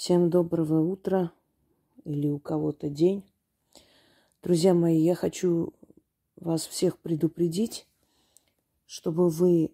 Всем доброго утра или у кого-то день. Друзья мои, я хочу вас всех предупредить, чтобы вы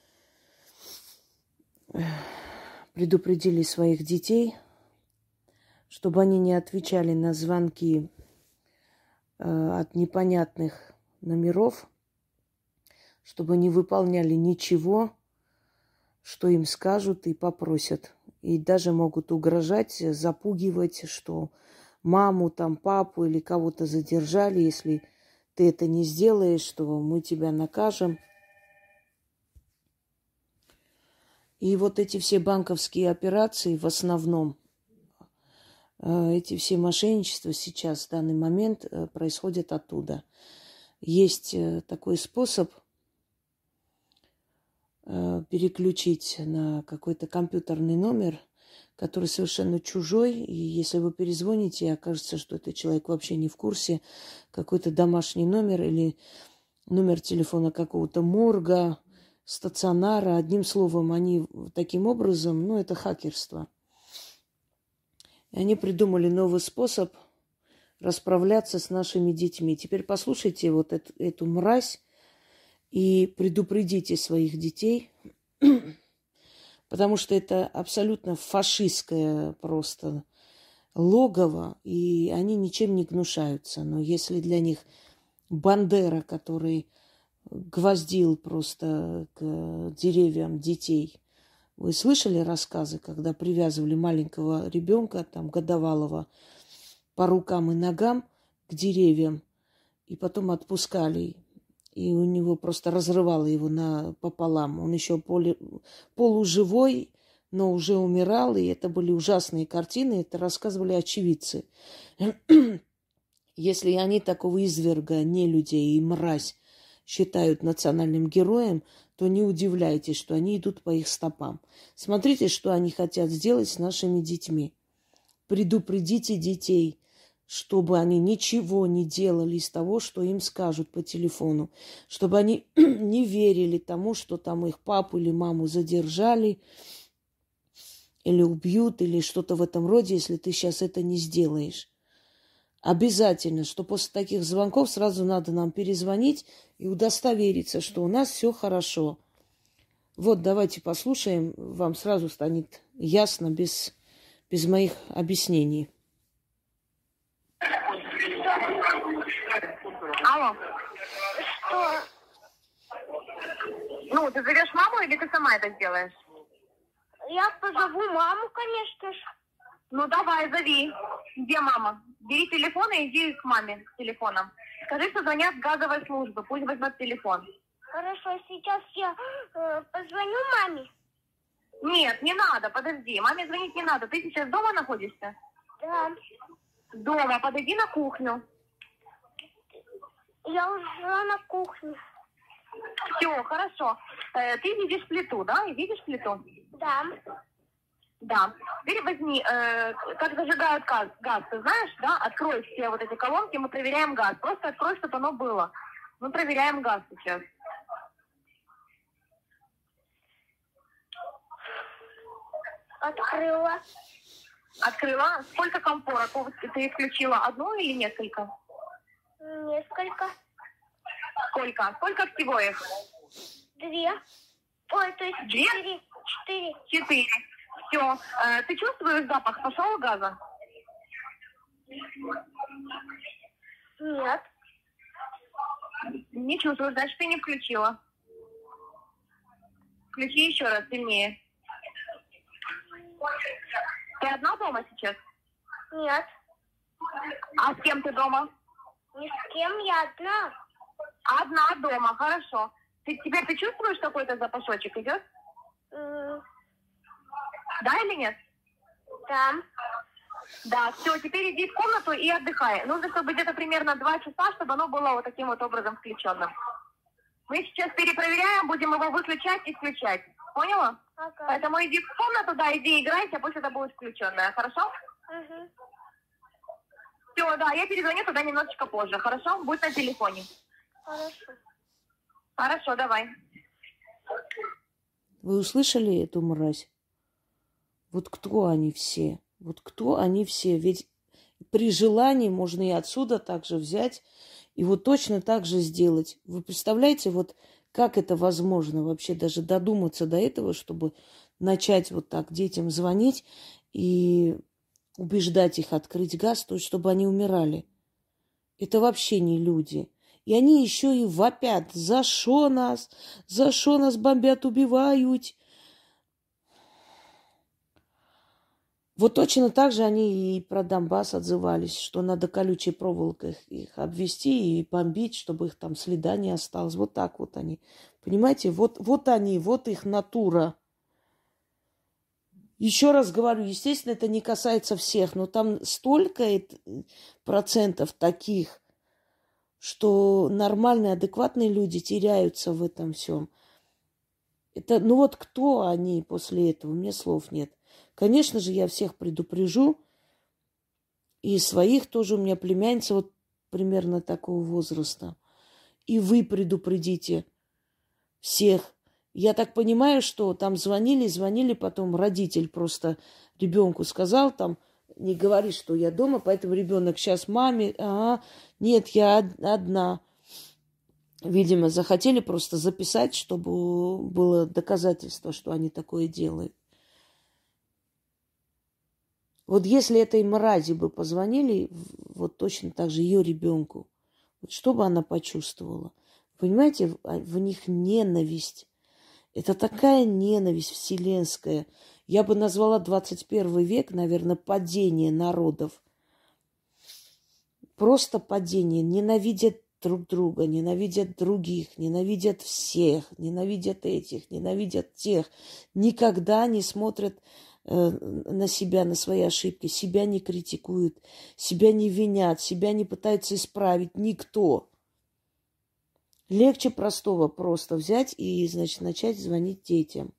предупредили своих детей, чтобы они не отвечали на звонки от непонятных номеров, чтобы не выполняли ничего, что им скажут и попросят. И даже могут угрожать, запугивать, что маму, там, папу или кого-то задержали, если ты это не сделаешь, что мы тебя накажем. И вот эти все банковские операции в основном, эти все мошенничества сейчас, в данный момент, происходят оттуда. Есть такой способ переключить на какой-то компьютерный номер, который совершенно чужой, и если вы перезвоните, и окажется, что этот человек вообще не в курсе, какой-то домашний номер или номер телефона какого-то морга, стационара, одним словом, они таким образом, это хакерство. И они придумали новый способ расправляться с нашими детьми. Теперь послушайте вот эту мразь, и предупредите своих детей, потому что это абсолютно фашистское просто логово, и они ничем не гнушаются. Но если для них Бандера, который гвоздил просто к деревьям детей, вы слышали рассказы, когда привязывали маленького ребенка, там, годовалого, по рукам и ногам к деревьям, и потом отпускали, и у него просто разрывало его пополам. Он еще полуживой, но уже умирал, и это были ужасные картины, это рассказывали очевидцы. Если они такого изверга, нелюдей и мразь считают национальным героем, то не удивляйтесь, что они идут по их стопам. Смотрите, что они хотят сделать с нашими детьми. Предупредите детей, чтобы они ничего не делали из того, что им скажут по телефону, чтобы они не верили тому, что там их папу или маму задержали, или убьют, или что-то в этом роде, если ты сейчас это не сделаешь. Обязательно, что после таких звонков сразу надо нам перезвонить и удостовериться, что у нас все хорошо. Вот, давайте послушаем, вам сразу станет ясно, без моих объяснений. Алло. Что? Ты зовешь маму или ты сама это сделаешь? Я позову маму, конечно же. Давай, зови. Где мама? Бери телефон и иди к маме с телефоном. Скажи, что звонят с газовой службы. Пусть возьмет телефон. Хорошо, сейчас я позвоню маме. Нет, не надо, подожди. Маме звонить не надо. Ты сейчас дома находишься? Да. Дома. Подойди на кухню. Я уже на кухне. Все, хорошо. Ты видишь плиту, да? И видишь плиту? Да. Да. Теперь возьми, как зажигают газ, ты знаешь, да? Открой все вот эти колонки, мы проверяем газ. Просто открой, чтобы оно было. Мы проверяем газ сейчас. Открыла. Открыла? Сколько компорок ты включила? Одну или несколько? Несколько. Сколько? Сколько всего их? 2. Ой, то есть 4. 4. Все. Ты чувствуешь запах? Пошел газа? Нет. Не чувствуешь, значит, ты не включила. Включи еще раз, сильнее. Ты одна дома сейчас? Нет. А с кем ты дома? Ни с кем, я одна. Одна дома, хорошо. Теперь ты чувствуешь, какой-то запашочек идет? Да или нет? Да. Да, все, теперь иди в комнату и отдыхай. Нужно, чтобы где-то примерно 2 часа, чтобы оно было вот таким вот образом включенным. Мы сейчас перепроверяем, будем его выключать и включать. Поняла? Ага. Поэтому иди в комнату, да, иди играйся, пусть это будет включенное, хорошо? Угу. Все, да, я перезвоню туда немножечко позже, хорошо? Будь на телефоне. Хорошо. Хорошо, давай. Вы услышали эту мразь? Вот кто они все? Вот кто они все? Ведь при желании можно и отсюда также взять и вот точно так же сделать. Вы представляете, вот как это возможно вообще даже додуматься до этого, чтобы начать вот так детям звонить и убеждать их открыть газ, то есть чтобы они умирали. Это вообще не люди. И они еще и вопят: за шо нас бомбят, убивают. Вот точно так же они и про Донбасс отзывались, что надо колючей проволокой их обвести и бомбить, чтобы их там следа не осталось. Вот так вот они. Понимаете, вот они, вот их натура. Еще раз говорю, естественно, это не касается всех, но там столько процентов таких, что нормальные, адекватные люди теряются в этом всем. Это, ну вот кто они после этого? У меня слов нет. Конечно же, я всех предупрежу. И своих тоже. У меня племянница вот примерно такого возраста. И вы предупредите всех. Я так понимаю, что там звонили, потом родитель просто ребенку сказал, там, не говори, что я дома, поэтому ребенок сейчас маме, нет, я одна. Видимо, захотели просто записать, чтобы было доказательство, что они такое делают. Вот если этой мрази бы позвонили, вот точно так же ее ребенку, вот что бы она почувствовала? Понимаете, в них ненависть. Это такая ненависть вселенская. Я бы назвала 21 век, наверное, падение народов. Просто падение. Ненавидят друг друга, ненавидят других, ненавидят всех, ненавидят этих, ненавидят тех. Никогда не смотрят на себя, на свои ошибки, себя не критикуют, себя не винят, себя не пытаются исправить никто. Легче простого просто взять и, значит, начать звонить детям.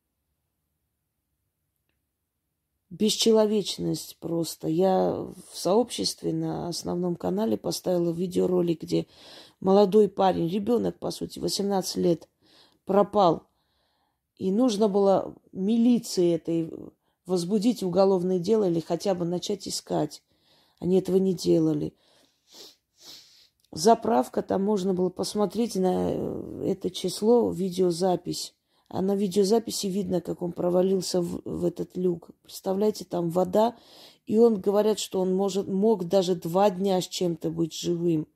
Бесчеловечность просто. Я в сообществе на основном канале поставила видеоролик, где молодой парень, ребенок, по сути, 18 лет, пропал. И нужно было милиции этой возбудить уголовное дело или хотя бы начать искать. Они этого не делали. Заправка, там можно было посмотреть на это число, видеозапись. А на видеозаписи видно, как он провалился в этот люк. Представляете, там вода. И он, говорят, что он мог даже 2 дня с чем-то быть живым.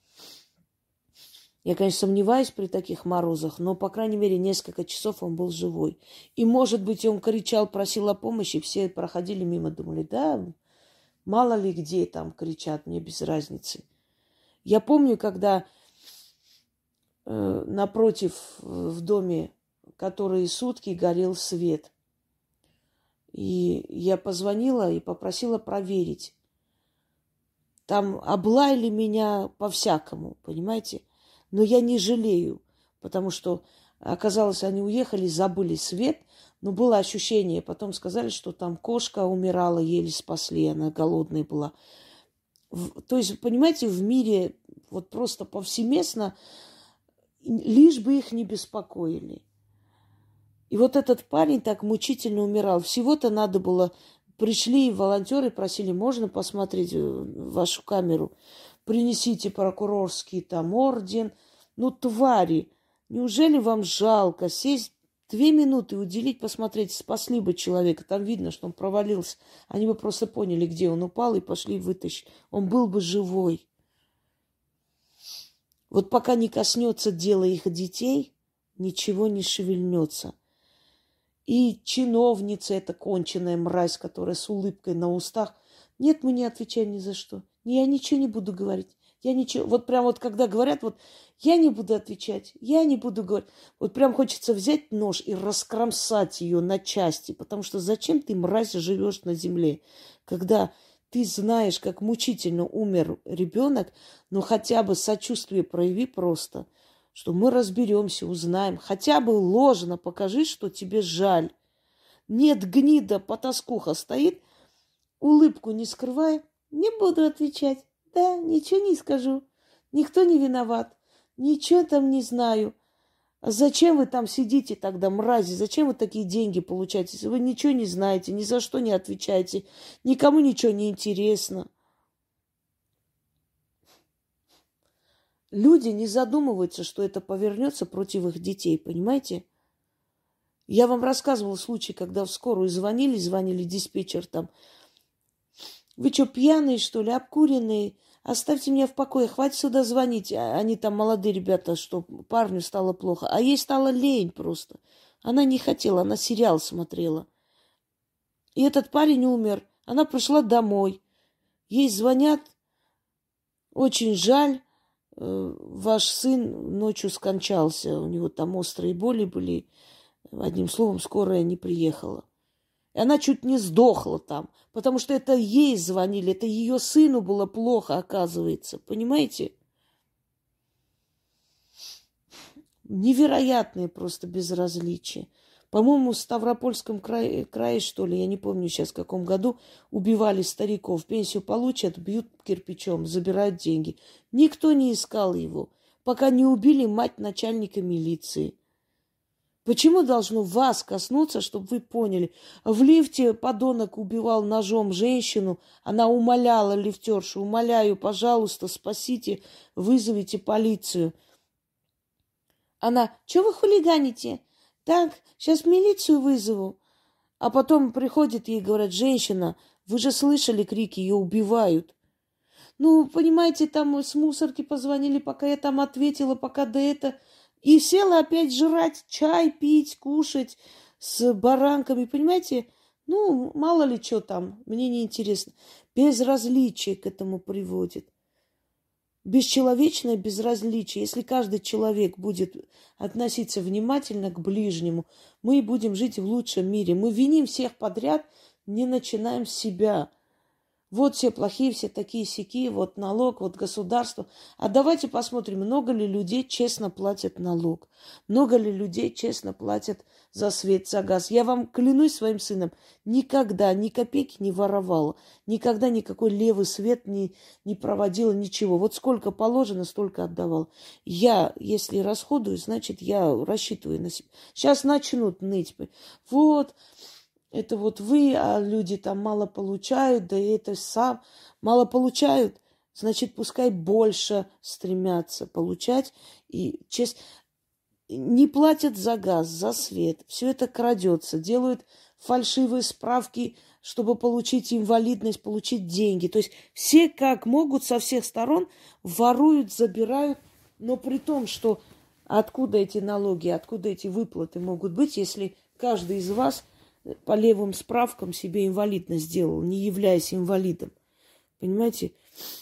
Я, конечно, сомневаюсь при таких морозах, но, по крайней мере, несколько часов он был живой. И, может быть, он кричал, просил о помощи, все проходили мимо, думали, да, мало ли где там кричат, мне без разницы. Я помню, когда напротив в доме, который сутки горел свет, и я позвонила и попросила проверить. Там облаяли меня по-всякому, понимаете? Но я не жалею, потому что, оказалось, они уехали, забыли свет, но было ощущение. Потом сказали, что там кошка умирала, еле спасли, она голодная была. То есть, понимаете, в мире вот просто повсеместно, лишь бы их не беспокоили. И вот этот парень так мучительно умирал. Всего-то надо было... Пришли волонтеры, просили, можно посмотреть вашу камеру? Принесите прокурорский там орден. Ну, твари, неужели вам жалко сесть 2 минуты, уделить, посмотреть, спасли бы человека. Там видно, что он провалился. Они бы просто поняли, где он упал, и пошли вытащить. Он был бы живой. Вот пока не коснется дела их детей, ничего не шевельнется. И чиновница, эта конченая мразь, которая с улыбкой на устах. Нет, мы не отвечаем ни за что. Я ничего не буду говорить. Я ничего. Вот прям вот когда говорят, вот я не буду отвечать, я не буду говорить. Вот прям хочется взять нож и раскромсать ее на части. Потому что зачем ты, мразь, живешь на земле, когда ты знаешь, как мучительно умер ребенок, но хотя бы сочувствие прояви просто, что мы разберемся, узнаем. Хотя бы ложно покажи, что тебе жаль. Нет, гнида, потаскуха стоит, улыбку не скрывая, не буду отвечать. Да, ничего не скажу. Никто не виноват. Ничего там не знаю. А зачем вы там сидите тогда, мрази? Зачем вы такие деньги получаете, если вы ничего не знаете, ни за что не отвечаете, никому ничего не интересно? Люди не задумываются, что это повернется против их детей, понимаете? Я вам рассказывала случай, когда в скорую звонили диспетчер там. Вы что, пьяные, что ли, обкуренные? Оставьте меня в покое, хватит сюда звонить. Они там молодые ребята, что парню стало плохо. А ей стало лень просто. Она не хотела, она сериал смотрела. И этот парень умер. Она пришла домой. Ей звонят. Очень жаль, ваш сын ночью скончался. У него там острые боли были. Одним словом, скорая не приехала. И она чуть не сдохла там, потому что это ей звонили, это ее сыну было плохо, оказывается. Понимаете? Невероятное просто безразличие. По-моему, в Ставропольском крае, что ли, я не помню сейчас в каком году, убивали стариков. Пенсию получат, бьют кирпичом, забирают деньги. Никто не искал его, пока не убили мать начальника милиции. Почему должно вас коснуться, чтобы вы поняли? В лифте подонок убивал ножом женщину. Она умоляла лифтершу: умоляю, пожалуйста, спасите, вызовите полицию. Она: что вы хулиганите? Так, сейчас милицию вызову. А потом приходит ей, говорят: женщина, вы же слышали крики, ее убивают. Ну, понимаете, там с мусорки позвонили, пока я там ответила, пока до этого... И села опять жрать, чай пить, кушать с баранками, понимаете? Ну, мало ли что там, мне не интересно. Безразличие к этому приводит. Бесчеловечное безразличие. Если каждый человек будет относиться внимательно к ближнему, мы будем жить в лучшем мире. Мы виним всех подряд, не начинаем с себя. Вот все плохие, все такие-сякие, вот налог, вот государство. А давайте посмотрим, много ли людей честно платят налог. Много ли людей честно платят за свет, за газ. Я вам клянусь своим сыном, никогда ни копейки не воровала. Никогда никакой левый свет не проводила, ничего. Вот сколько положено, столько отдавала. Я, если расходую, значит, я рассчитываю на себя. Сейчас начнут ныть. Вот... Это вот вы, а люди там мало получают, да и это сам мало получают, значит, пускай больше стремятся получать. И не платят за газ, за свет. Все это крадется. Делают фальшивые справки, чтобы получить инвалидность, получить деньги. То есть все как могут со всех сторон воруют, забирают. Но при том, что откуда эти налоги, откуда эти выплаты могут быть, если каждый из вас по левым справкам себе инвалидность сделал, не являясь инвалидом. Понимаете?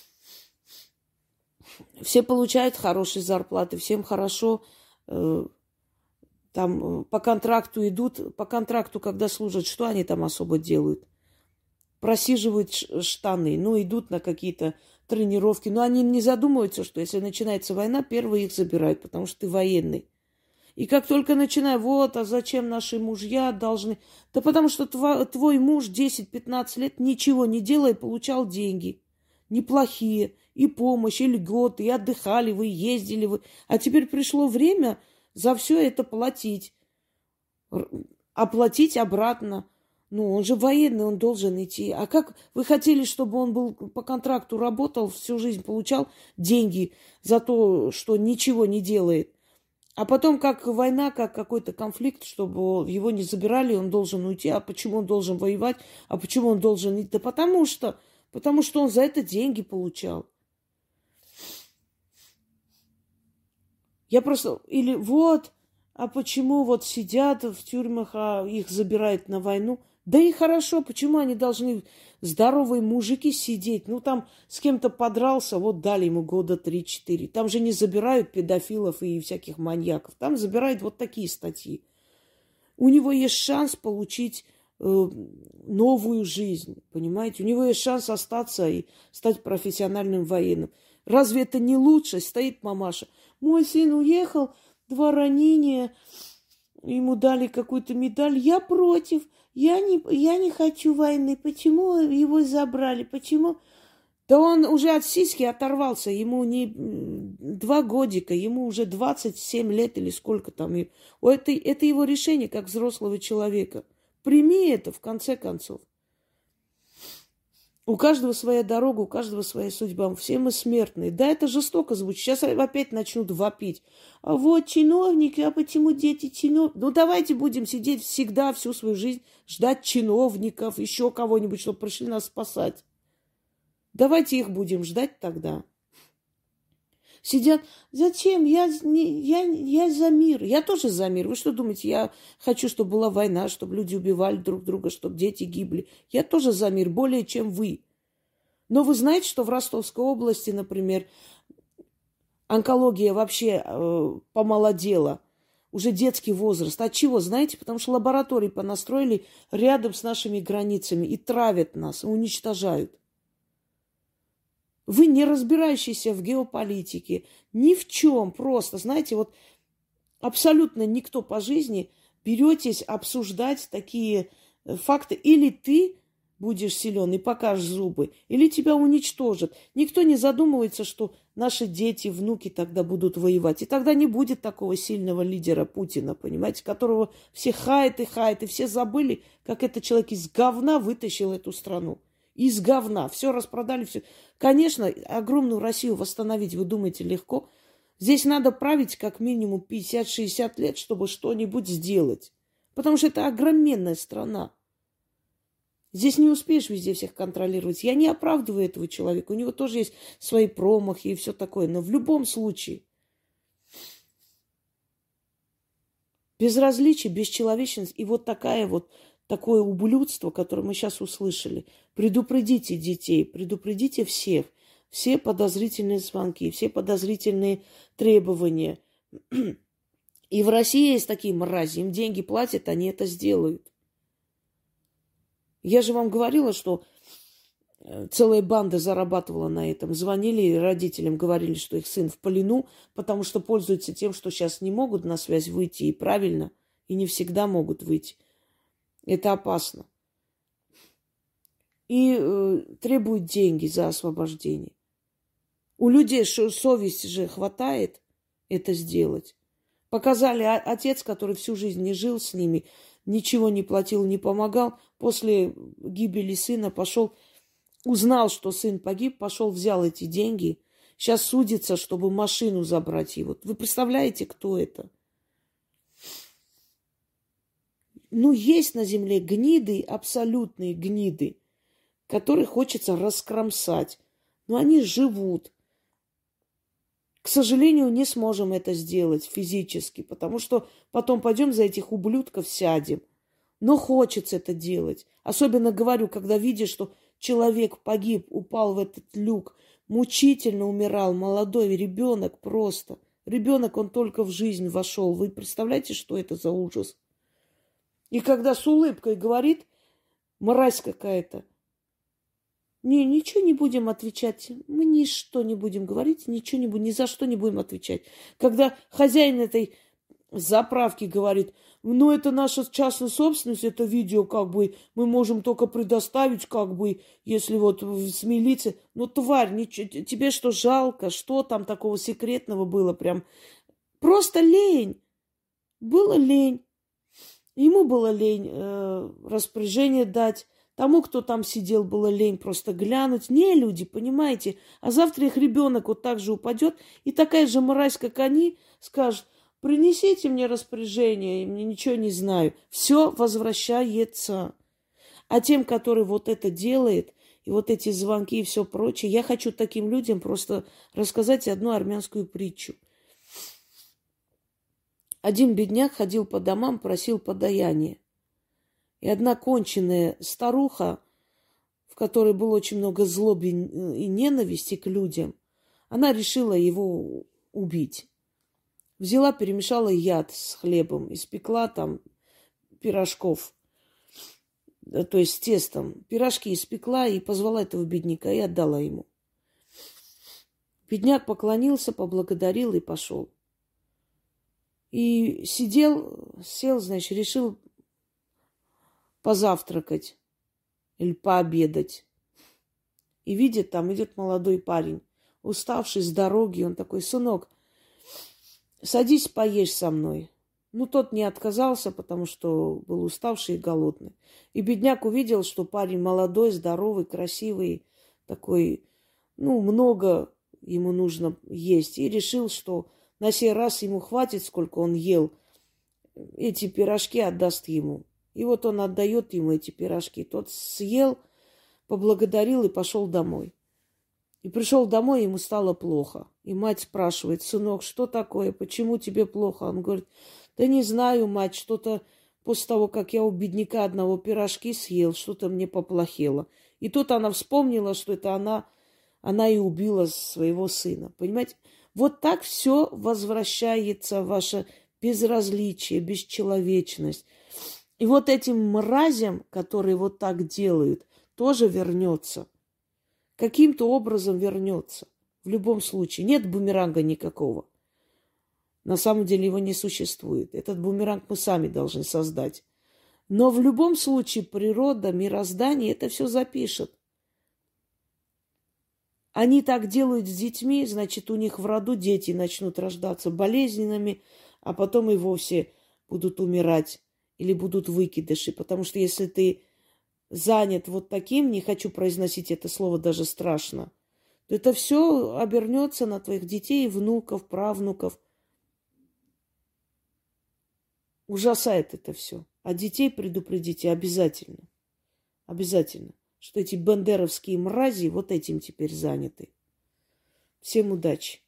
Все получают хорошие зарплаты, всем хорошо. Там по контракту идут. По контракту, когда служат, что они там особо делают? Просиживают штаны, ну, идут на какие-то тренировки. Но они не задумываются, что если начинается война, первые их забирают, потому что ты военный. И как только начинаю, вот, а зачем наши мужья должны... Да потому что твой муж 10-15 лет ничего не делая, получал деньги. Неплохие. И помощь, и льготы, и отдыхали вы, ездили вы. А теперь пришло время за все это платить. Оплатить обратно. Ну, он же военный, он должен идти. А как вы хотели, чтобы он был по контракту работал, всю жизнь получал деньги за то, что ничего не делает? А потом, как война, как какой-то конфликт, чтобы его не забирали, он должен уйти. А почему он должен воевать? А почему он должен идти? Да потому что он за это деньги получал. Я просто... Или вот, а почему вот сидят в тюрьмах, а их забирают на войну? Да и хорошо, почему они должны, здоровые мужики, сидеть? Ну, там с кем-то подрался, вот дали ему года 3-4. Там же не забирают педофилов и всяких маньяков. Там забирают вот такие статьи. У него есть шанс получить новую жизнь, понимаете? У него есть шанс остаться и стать профессиональным военным. Разве это не лучше? Стоит мамаша. Мой сын уехал, 2 ранения, ему дали какую-то медаль. Я против. Я не хочу войны. Почему его забрали? Почему? Да он уже от сиськи оторвался, ему не 2 годика, ему уже 27 лет или сколько там. Это его решение как взрослого человека. Прими это, в конце концов. У каждого своя дорога, у каждого своя судьба. Все мы смертные. Да, это жестоко звучит. Сейчас опять начнут вопить. А вот чиновники, а почему дети чиновники? Ну, давайте будем сидеть всегда, всю свою жизнь, ждать чиновников, еще кого-нибудь, чтобы пришли нас спасать. Давайте их будем ждать тогда. Сидят, зачем? Я за мир. Я тоже за мир. Вы что думаете, я хочу, чтобы была война, чтобы люди убивали друг друга, чтобы дети гибли. Я тоже за мир, более чем вы. Но вы знаете, что в Ростовской области, например, онкология вообще помолодела. Уже детский возраст. От чего? Знаете, потому что лаборатории понастроили рядом с нашими границами и травят нас, и уничтожают. Вы, не разбирающиеся в геополитике, ни в чем, просто, знаете, вот абсолютно никто по жизни, беретесь обсуждать такие факты. Или ты будешь силен и покажешь зубы, или тебя уничтожат. Никто не задумывается, что наши дети, внуки тогда будут воевать. И тогда не будет такого сильного лидера Путина, понимаете, которого все хаят, и все забыли, как этот человек из говна вытащил эту страну. Из говна. Все распродали, все. Конечно, огромную Россию восстановить, вы думаете, легко? Здесь надо править как минимум 50-60 лет, чтобы что-нибудь сделать. Потому что это огроменная страна. Здесь не успеешь везде всех контролировать. Я не оправдываю этого человека. У него тоже есть свои промахи и все такое. Но в любом случае безразличие, бесчеловечность и вот такое ублюдство, которое мы сейчас услышали. Предупредите детей, предупредите всех. Все подозрительные звонки, все подозрительные требования. И в России есть такие мрази. Им деньги платят, они это сделают. Я же вам говорила, что целая банда зарабатывала на этом. Звонили родителям, говорили, что их сын в плену, потому что пользуются тем, что сейчас не могут на связь выйти. И правильно, и не всегда могут выйти. Это опасно. И требуют деньги за освобождение. У людей совести же хватает это сделать. Показали отец, который всю жизнь не жил с ними, ничего не платил, не помогал. После гибели сына узнал, что сын погиб, пошел, взял эти деньги. Сейчас судится, чтобы машину забрать его. Вы представляете, кто это? Ну, есть на земле гниды, абсолютные гниды, которых хочется раскромсать. Но они живут. К сожалению, не сможем это сделать физически, потому что потом пойдем за этих ублюдков сядем. Но хочется это делать. Особенно говорю, когда видишь, что человек погиб, упал в этот люк, мучительно умирал, молодой ребенок просто. Ребенок, он только в жизнь вошел. Вы представляете, что это за ужас? И когда с улыбкой говорит, мразь какая-то, ничего не будем отвечать, мы ничто не будем говорить, ничего не будем, ни за что не будем отвечать. Когда хозяин этой заправки говорит, ну это наша частная собственность, это видео мы можем только предоставить, если вот с милицией. Ну, тварь, тебе что, жалко? Что там такого секретного было? Прям просто лень. Было лень. Ему было лень распоряжение дать. Тому, кто там сидел, было лень просто глянуть. Не люди, понимаете? А завтра их ребенок вот так же упадет, и такая же мразь, как они, скажет, принесите мне распоряжение, я ничего не знаю. Все возвращается. А тем, который вот это делает, и вот эти звонки и все прочее, я хочу таким людям просто рассказать одну армянскую притчу. Один бедняк ходил по домам, просил подаяние. И одна конченная старуха, в которой было очень много злобы и ненависти к людям, она решила его убить. Взяла, перемешала яд с хлебом, испекла там пирожков, то есть с тестом. Пирожки испекла и позвала этого бедняка и отдала ему. Бедняк поклонился, поблагодарил и пошел. И сел, значит, решил позавтракать или пообедать. и видит, там идет молодой парень, уставший с дороги. Он такой: сынок, садись, поешь со мной. Ну, тот не отказался, потому что был уставший и голодный. И бедняк увидел, что парень молодой, здоровый, красивый, такой, ну, много ему нужно есть. И решил, что на сей раз ему хватит, сколько он ел, эти пирожки отдаст ему. И вот он отдает ему эти пирожки. Тот съел, поблагодарил и пошел домой. И пришел домой, ему стало плохо. И мать спрашивает: сынок, что такое, почему тебе плохо? Он говорит: да не знаю, мать, что-то после того, как я у бедняка одного пирожки съел, что-то мне поплохело. И тут она вспомнила, что это она и убила своего сына. Понимаете? Вот так все возвращается, ваше безразличие, бесчеловечность. И вот этим мразям, которые вот так делают, тоже вернется. Каким-то образом вернется. В любом случае. Нет бумеранга никакого. На самом деле его не существует. Этот бумеранг мы сами должны создать. Но в любом случае природа, мироздание это все запишет. Они так делают с детьми, значит, у них в роду дети начнут рождаться болезненными, а потом и вовсе будут умирать или будут выкидыши. Потому что если ты занят вот таким, не хочу произносить это слово, даже страшно, то это все обернется на твоих детей, внуков, правнуков. Ужасает это все. А детей предупредите обязательно. Обязательно. Что эти бандеровские мрази вот этим теперь заняты. Всем удачи.